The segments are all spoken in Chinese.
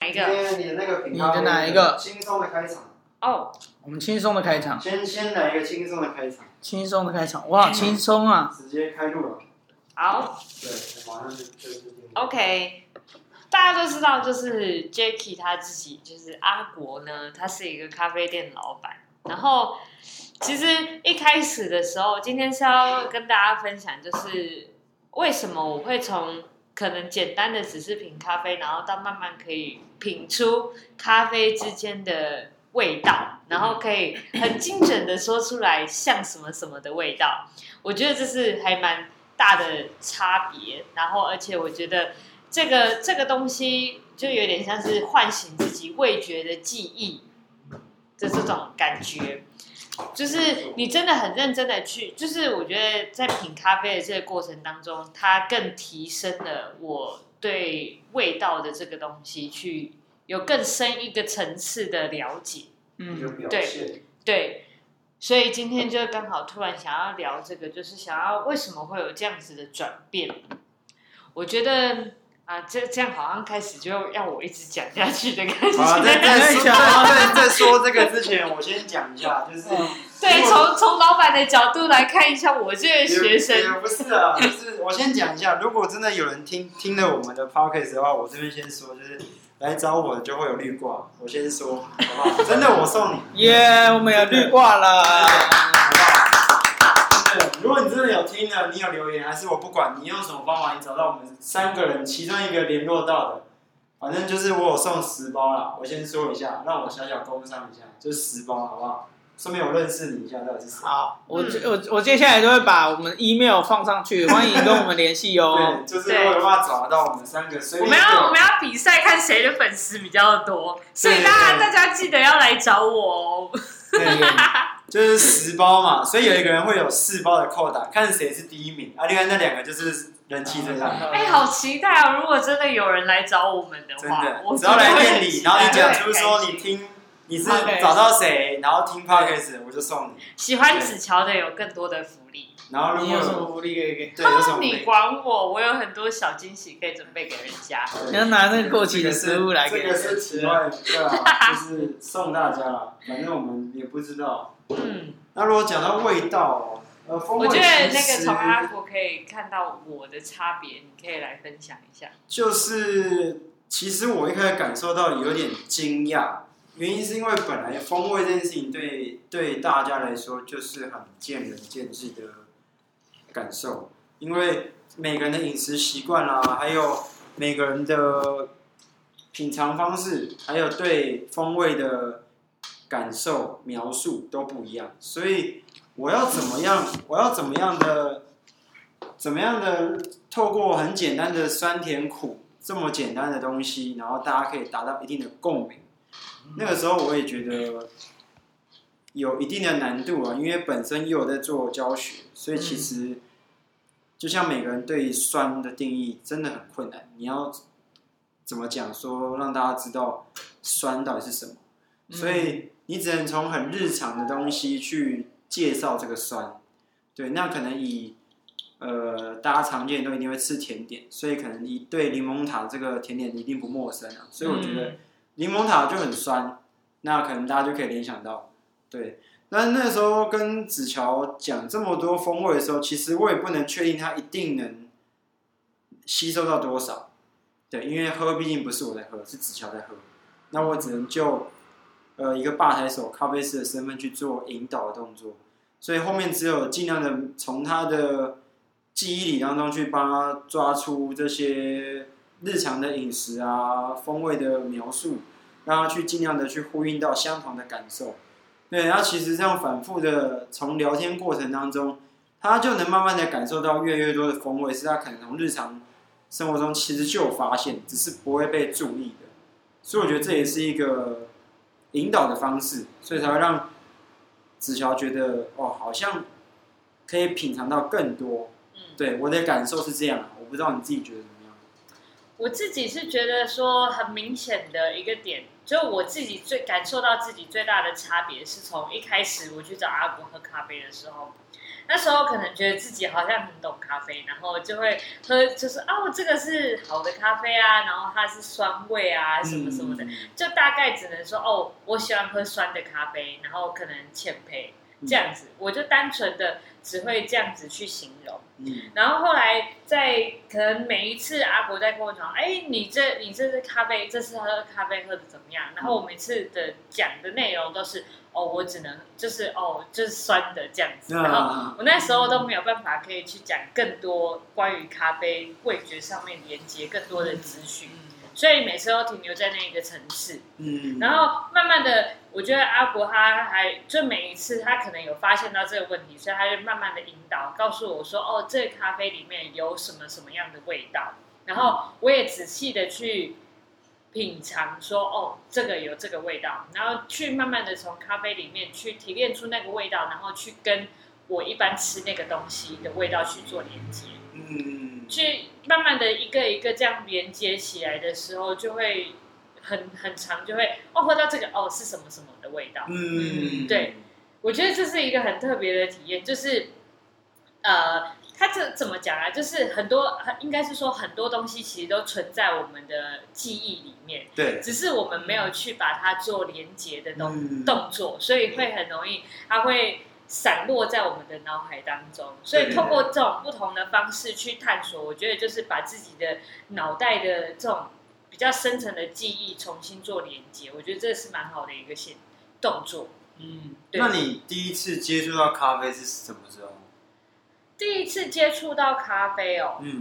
一个？ 你的那个你的哪一个？ 轻松的开场。 哦， 我们轻松的开场。 先来一个轻松的开场。 轻松的开场，哇，轻松啊！ 直接开录了。 好。 对，我马上就。 OK， 大家都知道，就是 Jacky 他自己就是阿国呢，他是一个咖啡店老板。然后，其实一开始的时候，今天是要跟大家分享，就是为什么我会从可能简单的只是品咖啡，然后到慢慢可以品出咖啡之间的味道，然后可以很精准的说出来像什么什么的味道。我觉得这是还蛮大的差别。然后，而且我觉得这个东西就有点像是唤醒自己味觉的记忆的这种感觉。就是你真的很认真的去，就是我觉得在品咖啡的这个过程当中，它更提升了我对味道的这个东西去有更深一个层次的了解。对，所以今天就刚好突然想要聊这个，就是想要为什么会有这样子的转变。我觉得这样好像开始就要我一直讲下去的感觉。 在说这个之前，我先讲一下，就是对，从老板的角度来看一下我这个学生。 也不是啊，就是我先讲一下，如果真的有人听了我们的 podcast 的话，我这边先说，就是来找我就会有绿挂，我先说，好不好？真的，我送你。 耶，我们有绿挂了。 如果你真的有听了，你有留言，还是我不管你用什么方法，你找到我们3个人其中一个联络到的，反正就是我有送10包啦。我先说一下，让我小小工商一下，就是10包，好不好？顺便我认识你一下，到底是谁？ 好，我接下来就会把我们 email 放上去，欢迎跟我们联系哦。 对，就是我有办法找得到我们3个。 我们要比赛，看谁的粉丝比较多，所以大家记得要来找我哦。 对，就是10包嘛，所以有一个人会有4包的扣打，看谁是第1名啊。另外那2个就是人气最大。 好期待哦！如果真的有人来找我们的话， 真的，只要来店里，然后你讲出说你是找到谁，然后听 podcast， 我就送你。 喜欢子乔的有更多的福利。 然后如果你有什么福利可以给？ 对，有什么福利？ 你管我有很多小惊喜可以准备给人家。 你要拿那个过期的食物来给人家吃。 这个是题外，对啊，就是送大家啦。反正我们也不知道。那如果讲到味道， 我觉得那个从阿国可以看到我的差别，你可以来分享一下。 就是其实我一开始感受到有点惊讶。原因是因为本来风味这件事情对大家来说就是很见仁见智的感受，因为每个人的饮食习惯啦，还有每个人的品尝方式，还有对风味的感受描述都不一样，所以我要怎么样的透过很简单的酸甜苦这么简单的东西，然后大家可以达到一定的共鸣。那个时候我也觉得有一定的难度啊，因为本身又有在做教学，所以其实就像每个人对酸的定义真的很困难。你要怎么讲说让大家知道酸到底是什么？所以你只能从很日常的东西去介绍这个酸。对，那可能以大家常见都一定会吃甜点，所以可能你对柠檬塔这个甜点一定不陌生啊。所以我觉得柠檬塔就很酸，那可能大家就可以联想到。对，但那时候跟子乔讲这么多风味的时候，其实我也不能确定他一定能吸收到多少。对，因为喝毕竟不是我在喝，是子乔在喝，那我只能就一个吧台手、咖啡师的身份去做引导的动作，所以后面只有尽量的从他的记忆里当中去帮他抓出这些日常的饮食啊、风味的描述，让他去尽量的去呼应到相同的感受。对，然后其实这样反复的从聊天过程当中，他就能慢慢的感受到越来越多的风味，是他可能从日常生活中其实就有发现，只是不会被注意的。所以我觉得这也是一个引导的方式，所以才会让子乔觉得哦，好像可以品尝到更多。对，我的感受是这样，我不知道你自己觉得怎么样。 我自己是觉得说很明显的一个点，就我自己最感受到自己最大的差别是从一开始我去找阿国喝咖啡的时候， 那时候可能觉得自己好像很懂咖啡，然后就会喝，就是这个是好的咖啡啊，然后它是酸味啊，什么什么的，就大概只能说我喜欢喝酸的咖啡，然后可能浅焙这样子，我就单纯的只会这样子去形容。然后后来在可能每一次阿国在跟我讲，你这是咖啡，这次喝咖啡喝的怎么样？然后我每次的讲的内容都是我只能就是酸的这样子。然后我那时候都没有办法可以去讲更多关于咖啡味觉上面连接更多的资讯。所以每次都停留在那一个层次，然后慢慢的，我觉得阿国他还就每一次他可能有发现到这个问题，所以他就慢慢的引导，告诉我说，这个咖啡里面有什么什么样的味道，然后我也仔细的去品尝说，这个有这个味道，然后去慢慢的从咖啡里面去提炼出那个味道，然后去跟我一般吃那个东西的味道去做连接，去慢慢的一个一个这样连接起来的时候，就会很长，就会喝到这个是什么什么的味道。对，我觉得这是一个很特别的体验，就是它这怎么讲啊？就是应该是说很多东西其实都存在我们的记忆里面， 对， 只是我们没有去把它做连接的动作，所以会很容易它会散落在我们的脑海当中，所以透过这种不同的方式去探索，我觉得就是把自己的脑袋的这种比较深层的记忆重新做连接，我觉得这是蛮好的一个动作。 那你第一次接触到咖啡是什么时候？ 第一次接触到咖啡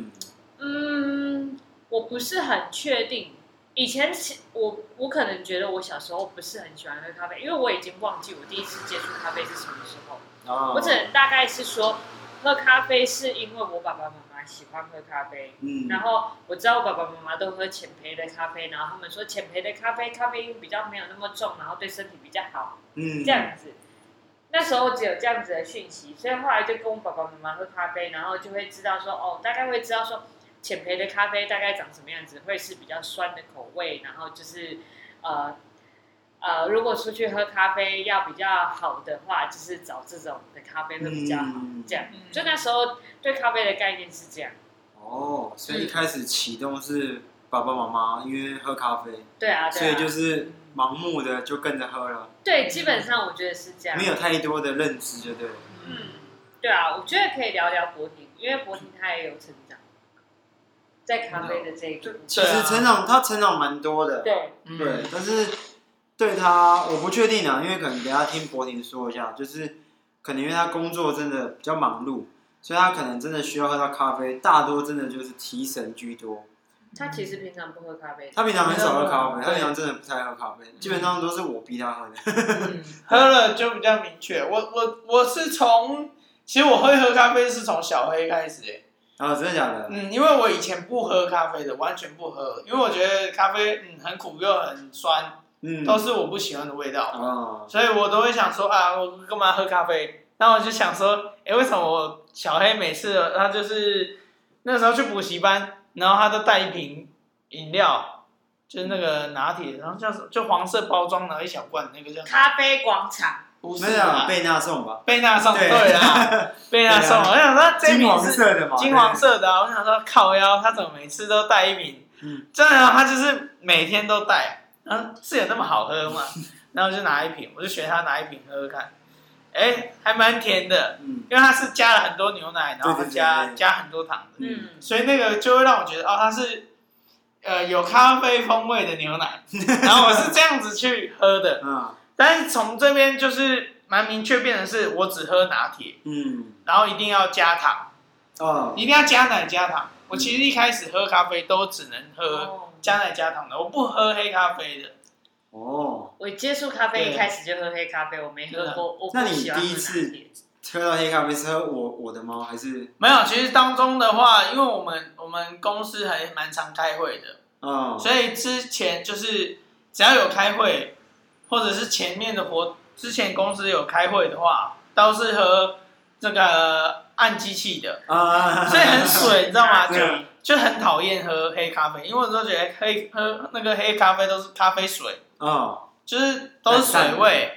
我不是很确定。以前我可能觉得我小时候不是很喜欢喝咖啡，因为我已经忘记我第一次接触咖啡是什么时候。我只能大概是说，喝咖啡是因为我爸爸妈妈喜欢喝咖啡，然后我知道我爸爸妈妈都喝浅焙的咖啡，然后他们说浅焙的咖啡因比较没有那么重，然后对身体比较好，这样子。那时候只有这样子的讯息，所以后来就跟我爸爸妈妈喝咖啡，然后就会知道说，大概会知道说。浅焙的咖啡大概长什么样子？会是比较酸的口味，然后就是如果出去喝咖啡要比较好的话，就是找这种的咖啡会比较好。这样，就那时候对咖啡的概念是这样。 所以一开始启动是爸爸妈妈因为喝咖啡， 对啊， 所以就是盲目的就跟着喝了。 对，基本上我觉得是这样， 没有太多的认知就对了。 对啊，我觉得可以聊聊博婷，因为博婷他也有成长。在咖啡的这一个， 其实他成长蛮多的， 对， 但是对他我不确定啊，因为可能等一下听博婷说一下，就是可能因为他工作真的比较忙碌，所以他可能真的需要喝到咖啡，大多真的就是提神居多。 他其实平常不喝咖啡， 他平常很少喝咖啡，他平常真的不太喝咖啡，基本上都是我逼他喝的。 喝了就比较明确。我是其实我会喝咖啡是从小黑开始真的假的？ 因为我以前不喝咖啡的，完全不喝，因为我觉得咖啡很苦又很酸，都是我不喜欢的味道，所以我都会想说我干嘛喝咖啡？然后我就想说，为什么我小黑每次他就是那时候去补习班，然后他都带一瓶饮料，就是那个拿铁，然后就黄色包装的一小罐，那个叫咖啡广场。 不是啊， 贝纳颂吧？ 贝纳颂对啦，贝纳颂。我想说这瓶是金黄色的嘛？ 金黄色的我想说靠腰，他怎么每次都带一瓶？真的他就是每天都带，是有那么好喝吗？然后就拿一瓶，我就学他拿一瓶喝喝看，还蛮甜的，因为它是加了很多牛奶，然后加很多糖的，所以那个就会让我觉得它是有咖啡风味的牛奶，然后我是这样子去喝的，但是从这边就是蛮明确变成是我只喝拿铁，然后一定要加糖，一定要加奶加糖。我其实一开始喝咖啡都只能喝加奶加糖的，我不喝黑咖啡的。 我接触咖啡一开始就喝黑咖啡，我没喝过。 那你第一次喝到黑咖啡是喝我的吗？还是没有？其实当中的话，因为我们公司还蛮常开会的，所以之前就是只要有开会。或者是前面的之前公司有开会的话，都是喝这个按机器的，所以很水，你知道吗？就很讨厌喝黑咖啡，因为我都觉得喝那个黑咖啡都是咖啡水，就是都是水味，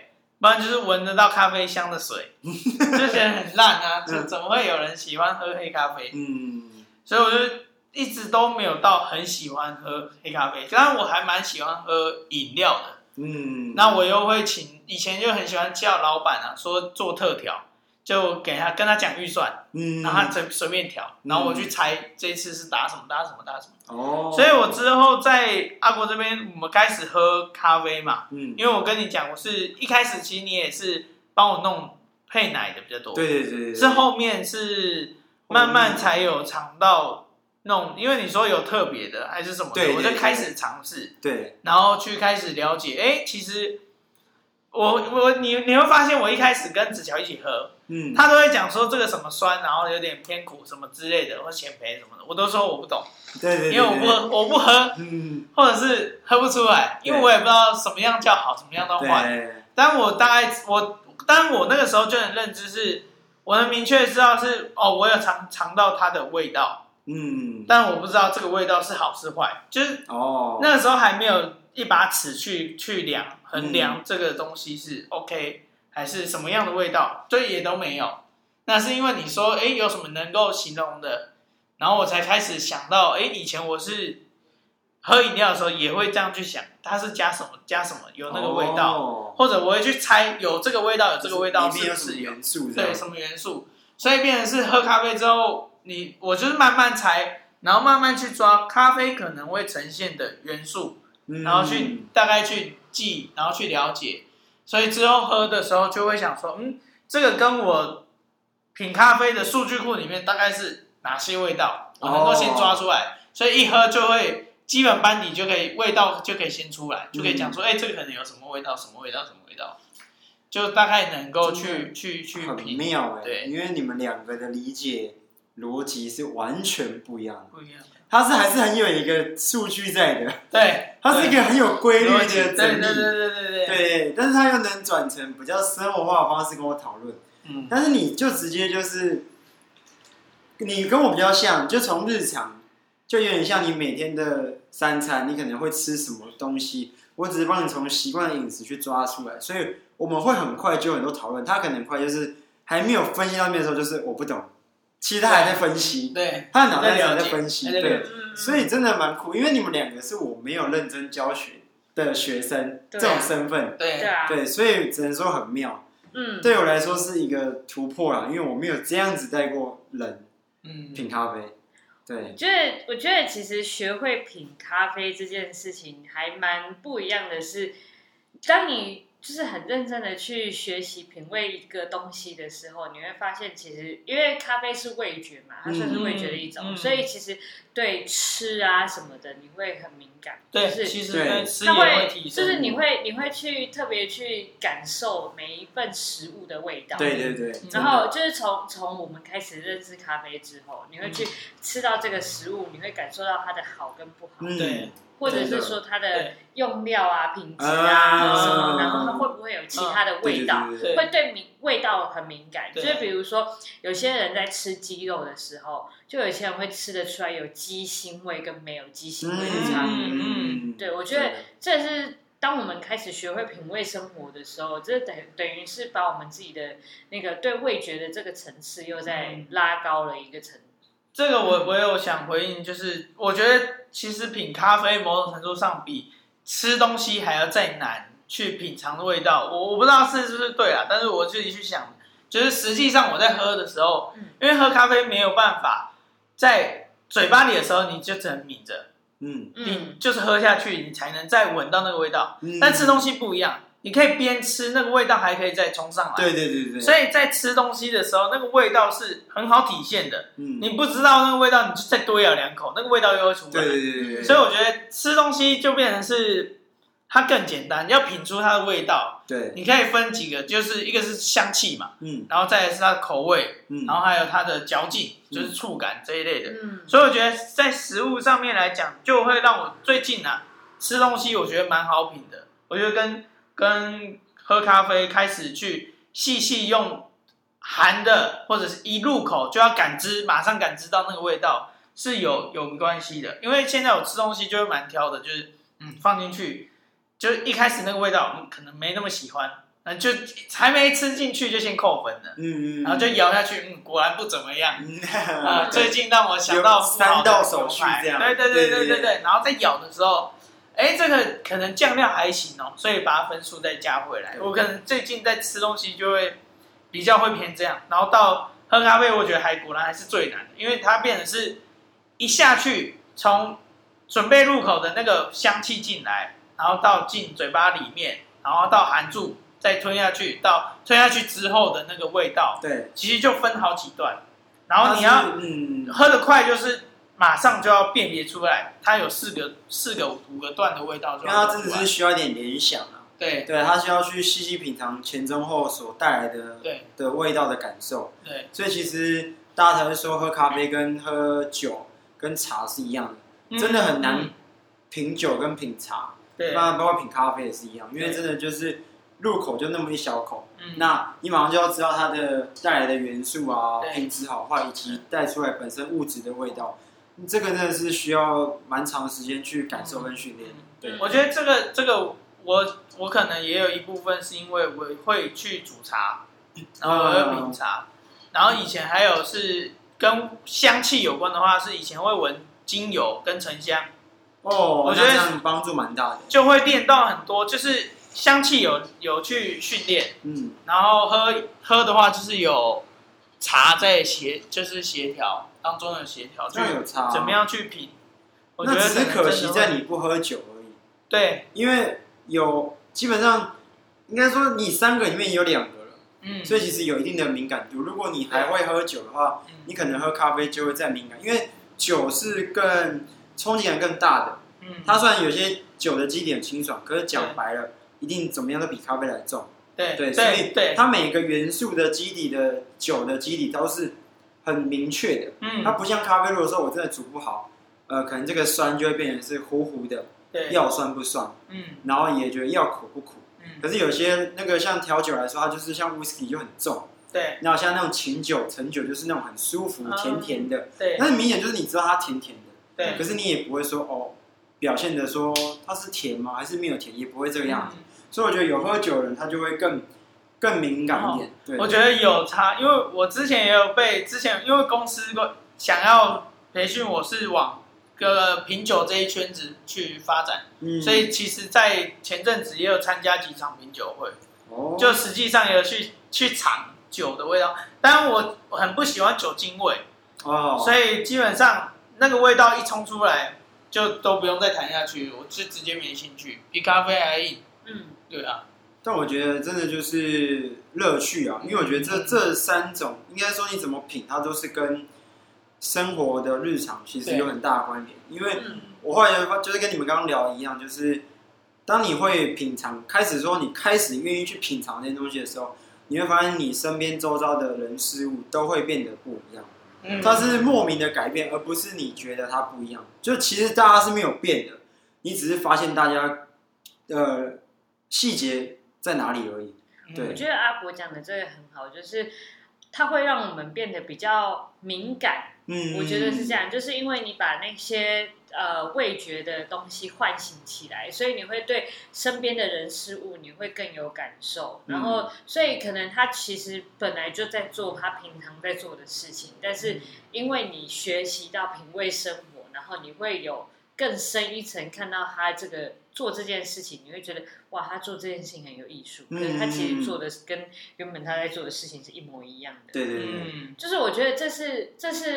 不然就是闻得到咖啡香的水，就觉得很烂啊！就怎么会有人喜欢喝黑咖啡？所以我就一直都没有到很喜欢喝黑咖啡，当然我还蛮喜欢喝饮料的。那我又会以前就很喜欢叫老板啊，说做特调，就跟他讲预算，然后他随便调，然后我去猜这一次是打什么。所以我之后在阿国这边，我们开始喝咖啡嘛，因为我跟你讲，我是一开始其实你也是帮我弄配奶的比较多， 对， 是后面是慢慢才有尝到那种，因为你说有特别的还是什么的，我就开始尝试， 对， 然后去开始了解，其实你会发现我一开始跟子乔一起喝。他都会讲说这个什么酸，然后有点偏苦什么之类的，或浅焙什么的，我都说我不懂， 对， 因为我不喝，或者是喝不出来，因为我也不知道什么样叫好，什么样叫坏。但我那个时候就能认知是，我能明确知道是我有尝到它的味道，但我不知道这个味道是好是坏，就是那个时候还没有一把尺去衡量这个东西是 OK。还是什么样的味道，这也都没有。那是因为你说，有什么能够形容的，然后我才开始想到，以前我是喝饮料的时候也会这样去想，它是加什么有那个味道，或者我会去猜有这个味道是不是有元素， 对，什么元素，所以变成是喝咖啡之后，我就是慢慢猜，然后慢慢去抓咖啡可能会呈现的元素，然后去大概去记，然后去了解。所以之后喝的时候就会想说，这个跟我品咖啡的数据库里面大概是哪些味道，我能够先抓出来，所以一喝就会基本班底就可以味道就可以先出来，就可以讲说，这个可能有什么味道，就大概能够去很品。 妙对， 因为你们两个的理解逻辑是完全不一样的。 它还是很有一个数据在的， 对， 它是一个很有规律的整理， 对， 但是它又能转成比较生活化的方式跟我讨论，但是你就直接就是你跟我比较像，就从日常就有点像你每天的三餐，你可能会吃什么东西，我只是帮你从习惯的饮食去抓出来，所以我们会很快就有很多讨论，他可能快就是还没有分析到面的时候，就是我不懂。其实他还在分析， 对， 他的脑袋还在分析，对，所以真的蛮酷，因为你们两个是我没有认真教学的学生这种身份，对，所以只能说很妙，对我来说是一个突破啦，因为我没有这样子带过人，品咖啡，对， 我觉得其实学会品咖啡这件事情还蛮不一样的是，当你就是很认真的去学习品味一个东西的时候，你会发现其实因为咖啡是味觉嘛，它算是味觉的一种，所以其实对吃啊什么的你会很敏感， 对， 就是其实对吃也会提升， 就是你会去特别去感受每一份食物的味道， 对， 然后就是从我们开始认识咖啡之后，你会去吃到这个食物，你会感受到它的好跟不好， 对。 或者是说它的用料啊、品质啊什么，然后它会不会有其他的味道，会对味道很敏感。就是比如说，有些人在吃鸡肉的时候，就有些人会吃得出来有鸡腥味跟没有鸡腥味的差别。对，我觉得这是当我们开始学会品味生活的时候，这等于是把我们自己的那个对味觉的这个层次又在拉高了一个层次。 这个我有想回应，就是我觉得其实品咖啡某种程度上比吃东西还要再难去品尝的味道，我不知道是不是对啦，但是我自己去想，就是实际上我在喝的时候，因为喝咖啡没有办法在嘴巴里的时候，你就只能抿着，你就是喝下去，你才能再闻到那个味道，但吃东西不一样。你可以边吃，那个味道还可以再冲上来。 对。 所以在吃东西的时候，那个味道是很好体现的。你不知道那个味道，你就再多咬2口，那个味道又会出来。 对。 所以我觉得吃东西就变成是它更简单，要品出它的味道。 对， 你可以分几个，就是一个是香气嘛，然后再来是它的口味，然后还有它的嚼劲，就是触感这一类的。所以我觉得在食物上面来讲，就会让我最近吃东西，我觉得蛮好品的。我觉得跟喝咖啡开始去细用含的，或者是一入口就要马上感知到那个味道是有关系的。因为现在我吃东西就会蛮挑的，就是放进去，就一开始那个味道可能没那么喜欢， 就还没吃进去就先扣分了，然后就咬下去，果然不怎么样。最近让我想到 3道手续这样， 对，然后在咬的时候，这个可能酱料还行哦，所以把它分数再加回来。我可能最近在吃东西就会比较会偏这样，然后到喝咖啡，我觉得果然还是最难的，因为它变成是一下去从准备入口的那个香气进来，然后到进嘴巴里面，然后到含住。再吞下去，到吞下去之后的那个味道， 对， 其实就分好几段，然后你要喝得快，就是马上就要辨别出来，它有4个、5个段的味道， 因为它真的是需要一点联想啊， 对， 它需要去细细品尝前中后所带来的味道的感受， 对， 所以其实大家才会说喝咖啡跟喝酒跟茶是一样的，真的很难品酒跟品茶， 对， 包括品咖啡也是一样，因为真的就是入口就那么一小口，那你马上就要知道它的带来的元素啊、品质好坏，以及带出来本身物质的味道，这个真的是需要蛮长时间去感受跟训练。对， 我觉得这个我可能也有一部分是因为我会去煮茶，然后我会品茶，然后以前还有是跟香气有关的话，是以前会闻精油跟沉香。 我觉得这样帮助蛮大的， 就会练到很多，就是香气有去训练，然后喝的话就是有茶在就是协调当中的协调， 这样有差， 怎么样去品？我觉得那只是可惜在你不喝酒而已。 对， 因为基本上应该说你3个里面有2个了，所以其实有一定的敏感度。如果你还会喝酒的话，你可能喝咖啡就会再敏感，因为酒是更冲击感更大的。它虽然有些酒的基底很清爽，可是讲白了，一定怎么样都比咖啡来重。对，所以它每个元素的基底的酒的基底都是很明确的。它不像咖啡，如果说我真的煮不好，可能这个酸就会变成是糊糊的，要酸不酸，然后也觉得要苦不苦。可是有些那个像调酒来说，它就是像 whisky 就很重。 对， 然后像那种琴酒、陈酒，就是那种很舒服、甜甜的。 对， 但是明显就是你知道它甜甜的。 对， 可是你也不会说表现的说它是甜吗？还是没有甜？也不会这个样子。所以我觉得有喝酒的人，他就会更敏感一点。对， 我觉得有差，因为我之前也有因为公司想要培训我是往品酒这一圈子去发展，所以其实，在前阵子也有参加几场品酒会，就实际上有去尝酒的味道，但我很不喜欢酒精味，所以基本上那个味道一冲出来，就都不用再谈下去，我就直接没兴趣，比咖啡还硬。对啊。 但我觉得真的就是乐趣啊，因为我觉得这3种，应该说你怎么品，它都是跟生活的日常其实有很大的关联。因为我后来就是跟你们刚刚聊的一样，就是当你会品尝，开始愿意去品尝那些东西的时候，你会发现你身边周遭的人事物都会变得不一样。它是莫名的改变，而不是你觉得它不一样。就其实大家是没有变的，你只是发现大家细节在哪里而已。对， 我觉得阿伯讲的这个很好，就是它会让我们变得比较敏感。我觉得是这样，就是因为你把那些味觉的东西唤醒起来，所以你会对身边的人事物你会更有感受。然后，所以可能他其实本来就在做他平常在做的事情，但是因为你学习到品味生活，然后你会有更深一层看到他做这件事情，你会觉得哇，他做这件事情很有艺术。可是他其实做的跟原本他在做的事情是一模一样的。 对， 就是我觉得这是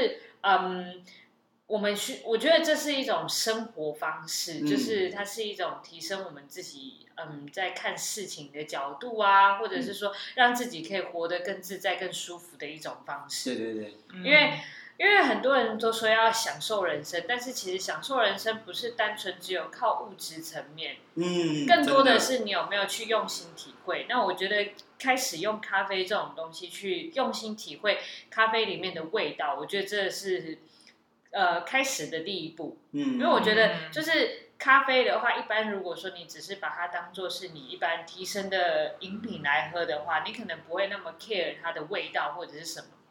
我觉得这是一种生活方式，就是它是一种提升我们自己在看事情的角度啊，或者是说让自己可以活得更自在、更舒服的一种方式。 对， 因为很多人都说要享受人生，但是其实享受人生不是单纯只有靠物质层面，更多的是你有没有去用心体会。那我觉得开始用咖啡这种东西去用心体会咖啡里面的味道，我觉得这是开始的第一步。因为我觉得就是咖啡的话，一般如果说你只是把它当做是你一般提升的饮品来喝的话，你可能不会那么 care 它的味道或者是什么。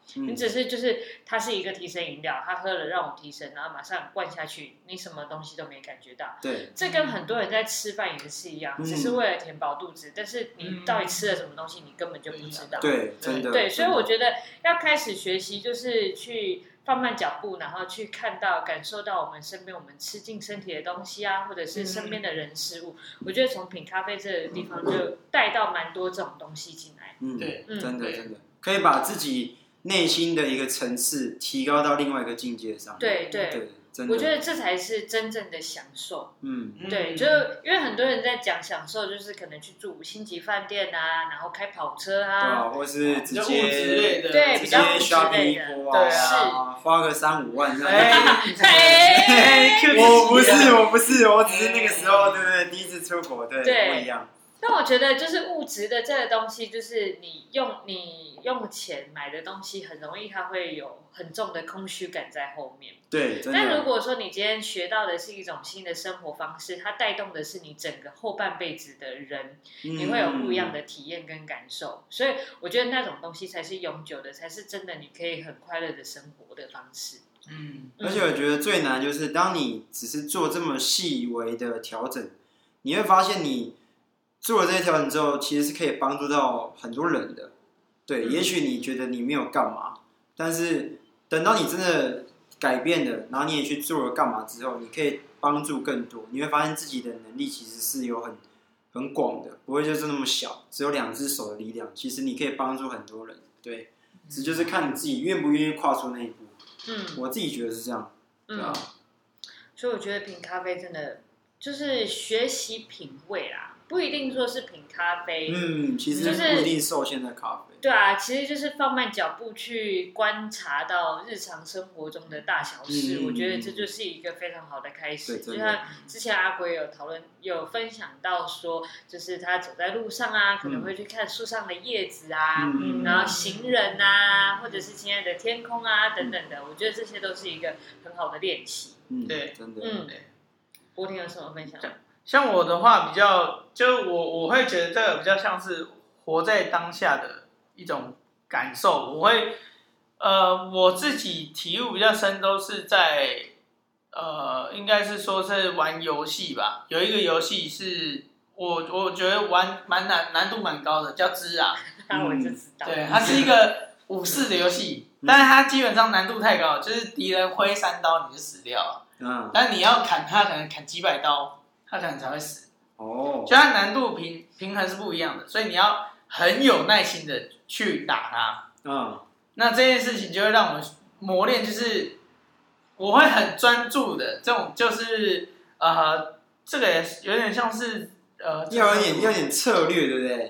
你只是就是它是一个提神饮料，它喝了让我提神，然后马上灌下去，你什么东西都没感觉到。 对， 这跟很多人在吃饭也是一样，只是为了填饱肚子，但是你到底吃了什么东西，你根本就不知道。 对，真的。 对，所以我觉得要开始学习，就是去放慢脚步，然后去看到、感受到我们身边我们吃进身体的东西啊，或者是身边的人事物。我觉得从品咖啡这个地方就带到蛮多这种东西进来。 对， 真的可以把自己内心的一个层次提高到另外一个境界上。 对， 真的， 我觉得这才是真正的享受。对，就嗯因为很多人在讲享受，就是可能去住5星级饭店啊，然后开跑车对啊，或是直比较物质类接的， 对直接比较物质 shopping 类一波的对啊，花个3-5万这样。 哎我不是，我只是那个时候对不对？第一次出国，对，不一样。 但我觉得就是物质的这个东西，就是你用钱买的东西，很容易它会有很重的空虚感在后面。 对，真的。 但如果说你今天学到的是一种新的生活方式，它带动的是你整个后半辈子的人，你会有不一样的体验跟感受。所以我觉得那种东西才是永久的，才是真的你可以很快乐的生活的方式。 而且我觉得最难就是当你只是做这么细微的调整，你会发现你做了这些调整之后，其实是可以帮助到很多人的。对，也许你觉得你没有干嘛，但是等到你真的改变了，然后你也去做了干嘛之后，你可以帮助更多。你会发现自己的能力其实是有很广的，不会就是那么小，只有2只手的力量。其实你可以帮助很多人。对，只就是看你自己愿不愿意跨出那一步。我自己觉得是这样。对啊。 所以我觉得品咖啡真的就是学习品味啦。不一定说是品咖啡， 其实不一定受限在咖啡。 对啊，其实就是放慢脚步去观察到日常生活中的大小事，我觉得这就是一个非常好的开始。就像之前阿鬼有讨论、有分享到说，就是他走在路上啊，可能会去看树上的叶子啊，然后行人啊，或者是亲爱的天空啊等等的，我觉得这些都是一个很好的练习。 对， 真的。 柏廷有什么分享？ 像我的话，比较就我会觉得这个比较像是活在当下的一种感受。我会我自己体悟比较深，都是在应该是说是玩游戏吧。有一个游戏是我觉得玩难度蛮高的，叫只啊。 我就知道。 对，它是一个5-4的游戏，但是它基本上难度太高，就是敌人挥3刀你就死掉了。但你要砍他，可能砍几百刀。他可能才会死就它难度平衡是不一样的，所以你要很有耐心的去打它。那这件事情就会让我们磨练，就是我会很专注的这种，就是这个也有点像是要有点策略，对不对？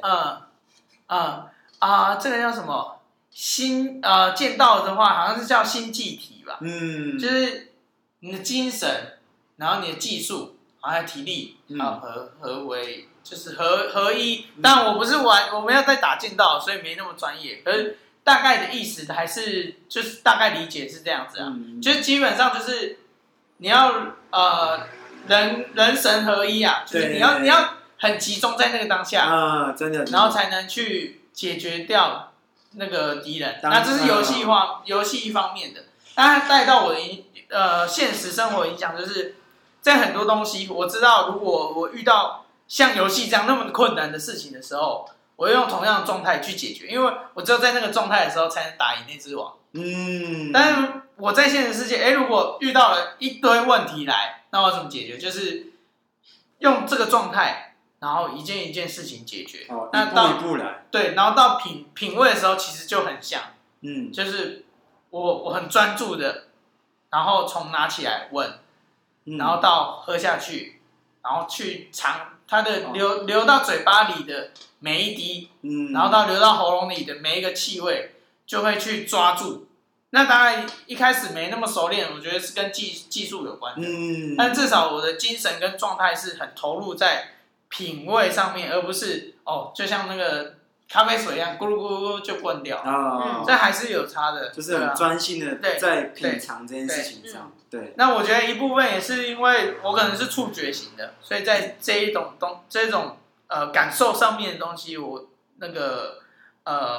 这个叫什么？剑道的话，好像是叫星际体吧。就是你的精神，然后你的技术。还有体力，合为就是合一。但我不是我没有在打剑道，所以没那么专业。可是大概的意思还是就是大概理解是这样子啊。就是基本上就是你要人神合一啊，就是你要很集中在那个当下真的， 然后才能去解决掉那个敌人。那这是游戏一方面的，当然带到我的现实生活影响就是。在很多东西，我知道，如果我遇到像游戏这样那么困难的事情的时候，我会用同样的状态去解决，因为我只有在那个状态的时候才能打赢那只王。但是我在现实世界，如果遇到了一堆问题来，那我怎么解决？就是用这个状态，然后一件一件事情解决。那到一步来。 对，然后到品味的时候，其实就很像。就是我很专注的，然后从拿起来闻。然后到喝下去，然后去尝它的流到嘴巴里的每一滴，然后到流到喉咙里的每一个气味，就会去抓住。那当然一开始没那么熟练，我觉得是跟技术有关的。但至少我的精神跟状态是很投入在品味上面，而不是就像那个咖啡水一样，咕噜咕噜就灌掉。这还是有差的， 就是很专心的在品尝这件事情上。对， 那我觉得一部分也是因为我可能是触觉型的，所以在这种感受上面的东西，我那个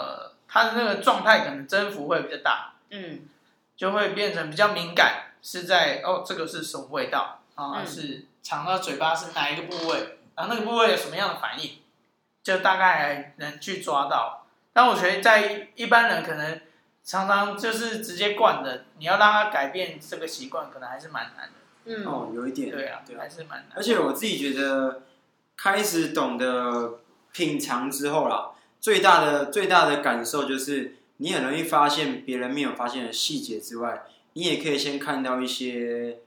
它的那个状态可能增幅会比较大，就会变成比较敏感，是在这个是什么味道啊？是尝到嘴巴是哪一个部位，然后那个部位有什么样的反应，就大概能去抓到。但我觉得在一般人可能常常就是直接惯的，你要让他改变这个习惯，可能还是蛮难的。 有一点， 对啊，还是蛮难的。 而且我自己觉得，开始懂得品尝之后啦，最大的感受就是，你很容易发现别人没有发现的细节之外，你也可以先看到一些，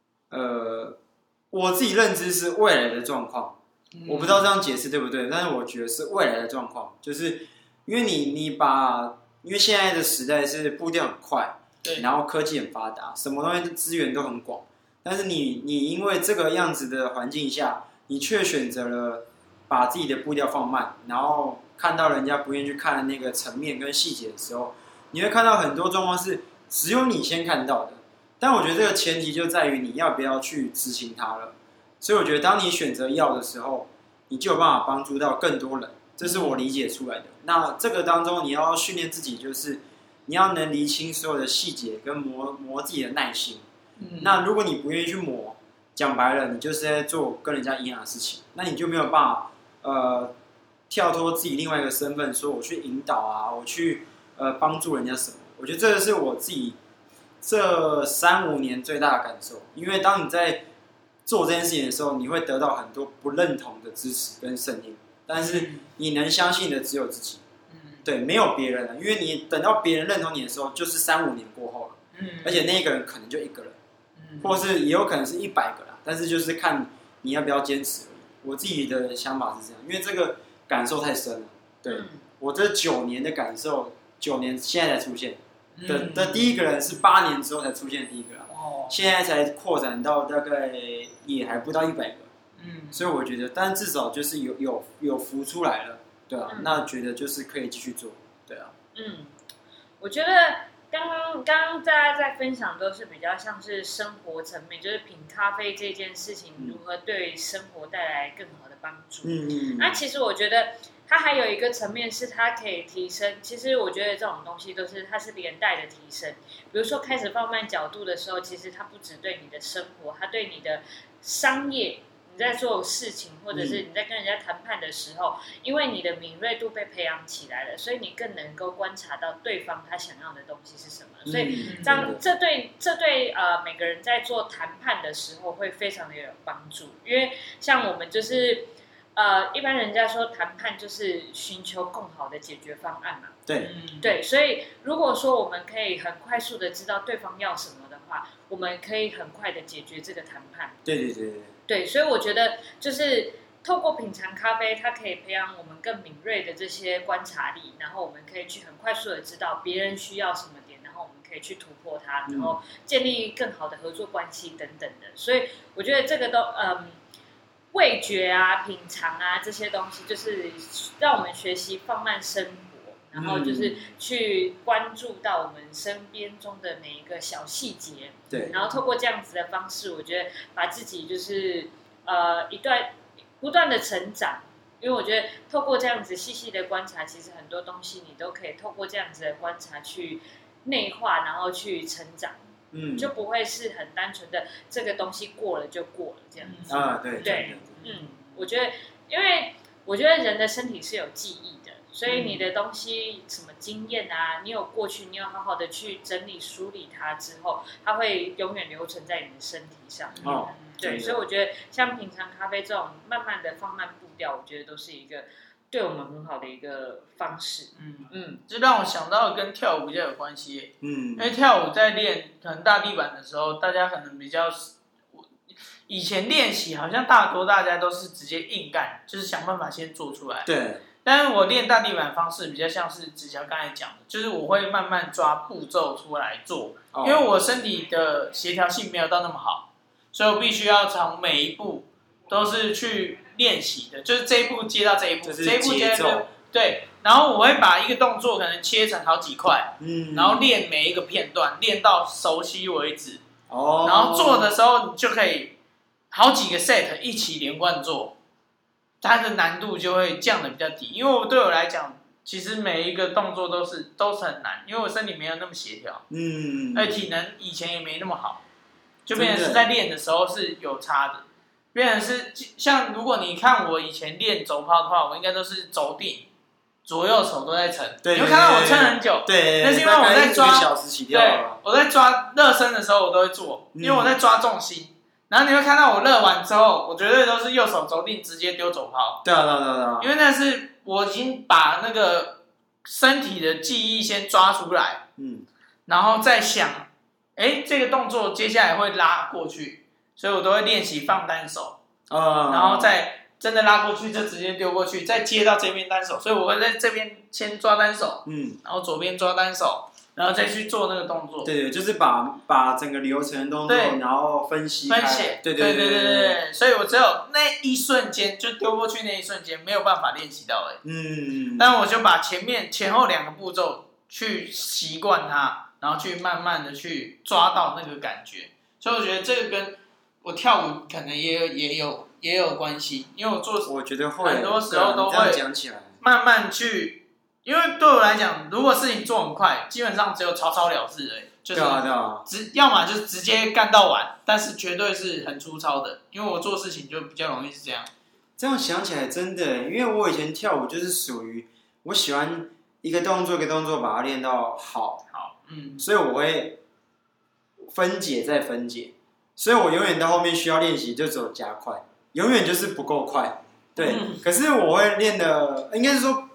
我自己认知是未来的状况。我不知道这样解释对不对，但是我觉得是未来的状况，就是因为因为现在的时代是步调很快，然后科技很发达，什么东西资源都很广，但是你因为这个样子的环境下，你却选择了把自己的步调放慢，然后看到人家不愿意去看的那个层面跟细节的时候，你会看到很多状况是只有你先看到的。但我觉得这个前提就在于你要不要去执行它了。所以我觉得当你选择要的时候，你就有办法帮助到更多人，这是我理解出来的。那这个当中你要训练自己，就是你要能厘清所有的细节跟磨自己的耐心。那如果你不愿意去磨，讲白了，你就是在做跟人家一样的事情，那你就没有办法跳脱自己另外一个身份，说我去引导啊，我去帮助人家什么。我觉得这个是我自己这3-5年最大的感受，因为当你在做这件事情的时候，你会得到很多不认同的支持跟声音，但是你能相信的只有自己，对，没有别人了，因为你等到别人认同你的时候，就是3-5年过后了，而且那个人可能就1个人，或是也有可能是100个啦，但是就是看你要不要坚持而已。我自己的想法是这样，因为这个感受太深了，对，我这9年的感受，9年现在才出现的第一个人是8年之后才出现的第一个啦。现在才扩展到大概也还不到100个，所以我觉得，但至少就是有浮出来了，对啊，那觉得就是可以继续做，对啊， 我觉得刚刚大家在分享都是比较像是生活层面，就是品咖啡这件事情如何对生活带来更好的帮助。那其实我觉得它还有一个层面是它可以提升，其实我觉得这种东西它是连带的提升。比如说开始放慢角度的时候，其实它不只对你的生活，它对你的商业，你在做事情或者是你在跟人家谈判的时候，因为你的敏锐度被培养起来了，所以你更能够观察到对方他想要的东西是什么。所以这对每个人在做谈判的时候会非常的有帮助，因为像我们就是一般人家说谈判就是寻求更好的解决方案嘛。对，所以如果说我们可以很快速的知道对方要什么的话，我们可以很快的解决这个谈判。对，所以我觉得就是透过品尝咖啡，它可以培养我们更敏锐的这些观察力，然后我们可以去很快速的知道别人需要什么点，然后我们可以去突破它，然后建立更好的合作关系等等的。所以我觉得这个都味觉啊、品尝啊这些东西，就是让我们学习放慢生活，然后就是去关注到我们身边中的每一个小细节， 对， 然后透过这样子的方式，我觉得把自己就是不断的成长，因为我觉得透过这样子细细的观察，其实很多东西你都可以透过这样子的观察去内化，然后去成长。就不会是很单纯的这个东西过了就过了这样子。对，我觉得，因为我觉得人的身体是有记忆的，所以你的东西什么经验啊，你有过去，你有好好的去整理梳理它之后，它会永远留存在你的身体上。对，所以我觉得像品尝咖啡这种慢慢的放慢步调，我觉得都是一个对我们很好的一个方式。 这让我想到跟跳舞比较有关系。因为跳舞在练可能大地板的时候，大家可能比较以前练习好像大家都是直接硬干，就是想办法先做出来。 对。 但是我练大地板方式比较像是子乔刚才讲的，就是我会慢慢抓步骤出来做，因为我身体的协调性没有到那么好，所以我必须要从每一步都是去练习的，就是这一步接到这一步，这一步接到这一步，对。然后我会把一个动作可能切成好几块，然后练每一个片段，练到熟悉为止。然后做的时候你就可以好几个 set 一起连贯做，它的难度就会降得比较低。因为对我来讲， 其实每一个动作都是很难，因为我身体没有那么协调，而体能以前也没那么好，就变成是在练的时候是有差的，变成是像如果你看我以前练肘抛的话，我应该都是肘定，左右手都在撑，你会看到我撑很久， 对， 那是因为我在抓， 对， 我在抓热身的时候我都会做，因为我在抓重心。然后你会看到我热完之后，我绝对都是右手肘定直接丢肘抛。 对啊， 因为那是我已经把那个身体的记忆先抓出来，然后再想，这个动作接下来会拉过去，所以我都会练习放单手，然后再真的拉过去就直接丢过去，再接到这边单手，所以我会在这边先抓单手，然后左边抓单手。然后再去做那个动作， 对，就是把整个流程动作，然后分写，对， 所以我只有那一瞬间就丢过去那一瞬间没有办法练习到但我就把前后2个步骤去习惯它，然后去慢慢的去抓到那个感觉，所以我觉得这个跟我跳舞可能也有关系，因为我觉得会很多时候都会慢慢去。因为对我来讲，如果事情做很快，基本上只有草草了事而已，就是要么就直接干到完，但是绝对是很粗糙的。因为我做事情就比较容易是这样。 这样想起来真的，因为我以前跳舞就是属于我喜欢一个动作一个动作把它练到好，所以我会分解再分解，所以我永远到后面需要练习就只有加快，永远就是不够快。对，可是我会练的，应该是说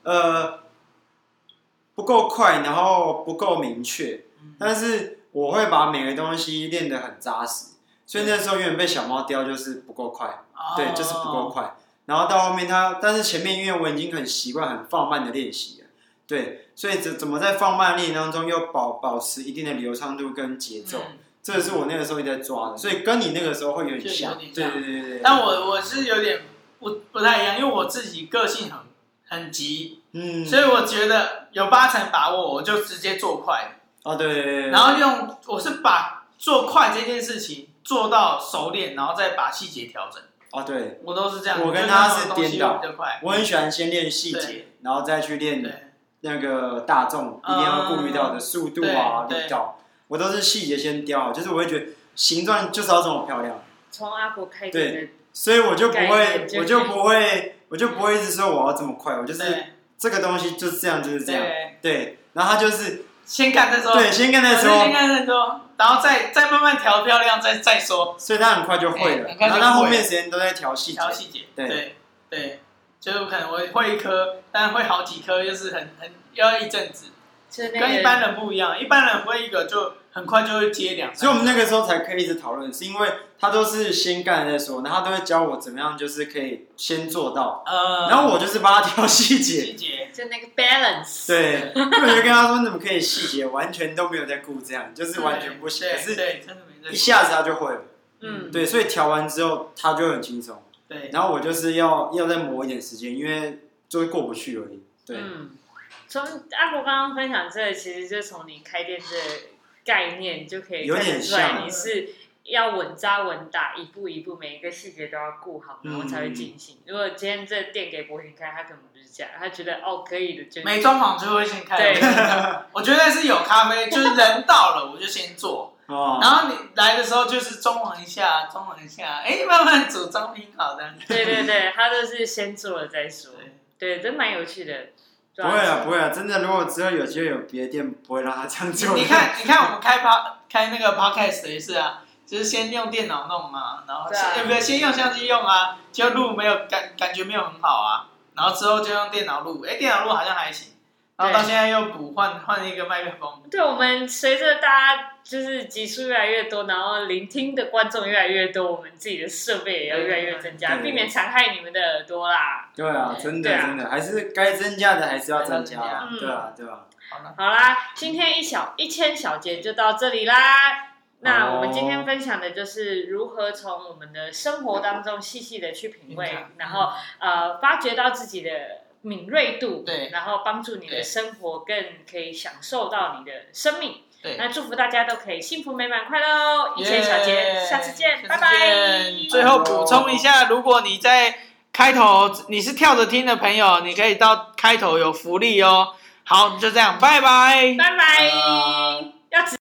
不够快，然后不够明确，但是我会把每个东西练得很扎实，所以那时候永远被小猫叼就是不够快，对，就是不够快。然后到后面但是前面因为我已经很习惯很放慢的练习了，对，所以怎么在放慢练习当中又保持一定的流畅度跟节奏，这个是我那个时候一直在抓的，所以跟你那个时候会有点像，对。 但我是有点不太一样，因为我自己个性很急，所以我觉得有80%把握，我就直接做快。 对。 然后我是把做快这件事情做到熟练，然后再把细节调整。 对。 我都是这样。 我跟他是颠倒，我很喜欢先练细节，然后再去练那个大众一定要顾虑到的速度啊、力道。我都是细节先雕好，就是我会觉得形状就是要这么漂亮。 从阿国开始。 对，所以我就不会一直说我要这么快，我就是这个东西就是这样，就是这样。对，然后他就是先干再说。 对，先干再说， 然后再慢慢调漂亮，再说。 所以他很快就会了，然后他后面时间都在调细节。 对，就可能我会一颗，但会好几颗，就是很要一阵子。跟一般人不一样，一般人会一个就很快就会接2。 所以我们那个时候才可以一直讨论，是因为他都是先干再说，然后他都会教我怎么样，就是可以先做到，然后我就是帮他挑细节， 就那个 balance。 对，我就跟他说，你怎么可以细节完全都没有在顾，这样就是完全不行。可是一下子他就会了，对，所以调完之后他就很轻松，对，然后我就是要再磨一点时间，因为就会过不去而已，对。 从阿国刚刚分享这个，其实就从你开店这个概念就可以看得出来，你是要稳扎稳打，一步一步每一个细节都要顾好，然后才会进行。如果今天这店给博婷开，他根本不是这样，他觉得可以的，就没装潢就会先开。 对， 我觉得是有咖啡，就是人到了我就先做，然后你来的时候就是装潢一下，慢慢煮装拼好的。 对，他都是先做了再说。对，真蛮有趣的。 不会啊，真的，如果之后有机会有别的店，不会让他这样做。 你看，我们开那个 podcast 也是啊，就是先用电脑弄嘛，然后先用相机用啊，就录没有感觉没有很好啊，然后之后就用电脑录，电脑录好像还行，然后到现在又换一个麦克风。 对，我们随着大家就是集数越来越多，然后聆听的观众越来越多，我们自己的设备也要越来越增加，避免残害你们的耳朵啦。 对啊，真的，还是该增加的还是要增加，对啊。 好啦，今天1000小节就到这里啦。那我们今天分享的就是如何从我们的生活当中细细的去品味，然后发掘到自己的敏锐度，对，然后帮助你的生活更可以享受到你的生命。对，那祝福大家都可以幸福美满快乐哦！1000小节，下次见，拜拜。 最后补充一下，如果你在开头你是跳着听的朋友，你可以到开头有福利哦。好，就这样，拜拜， 拜拜。要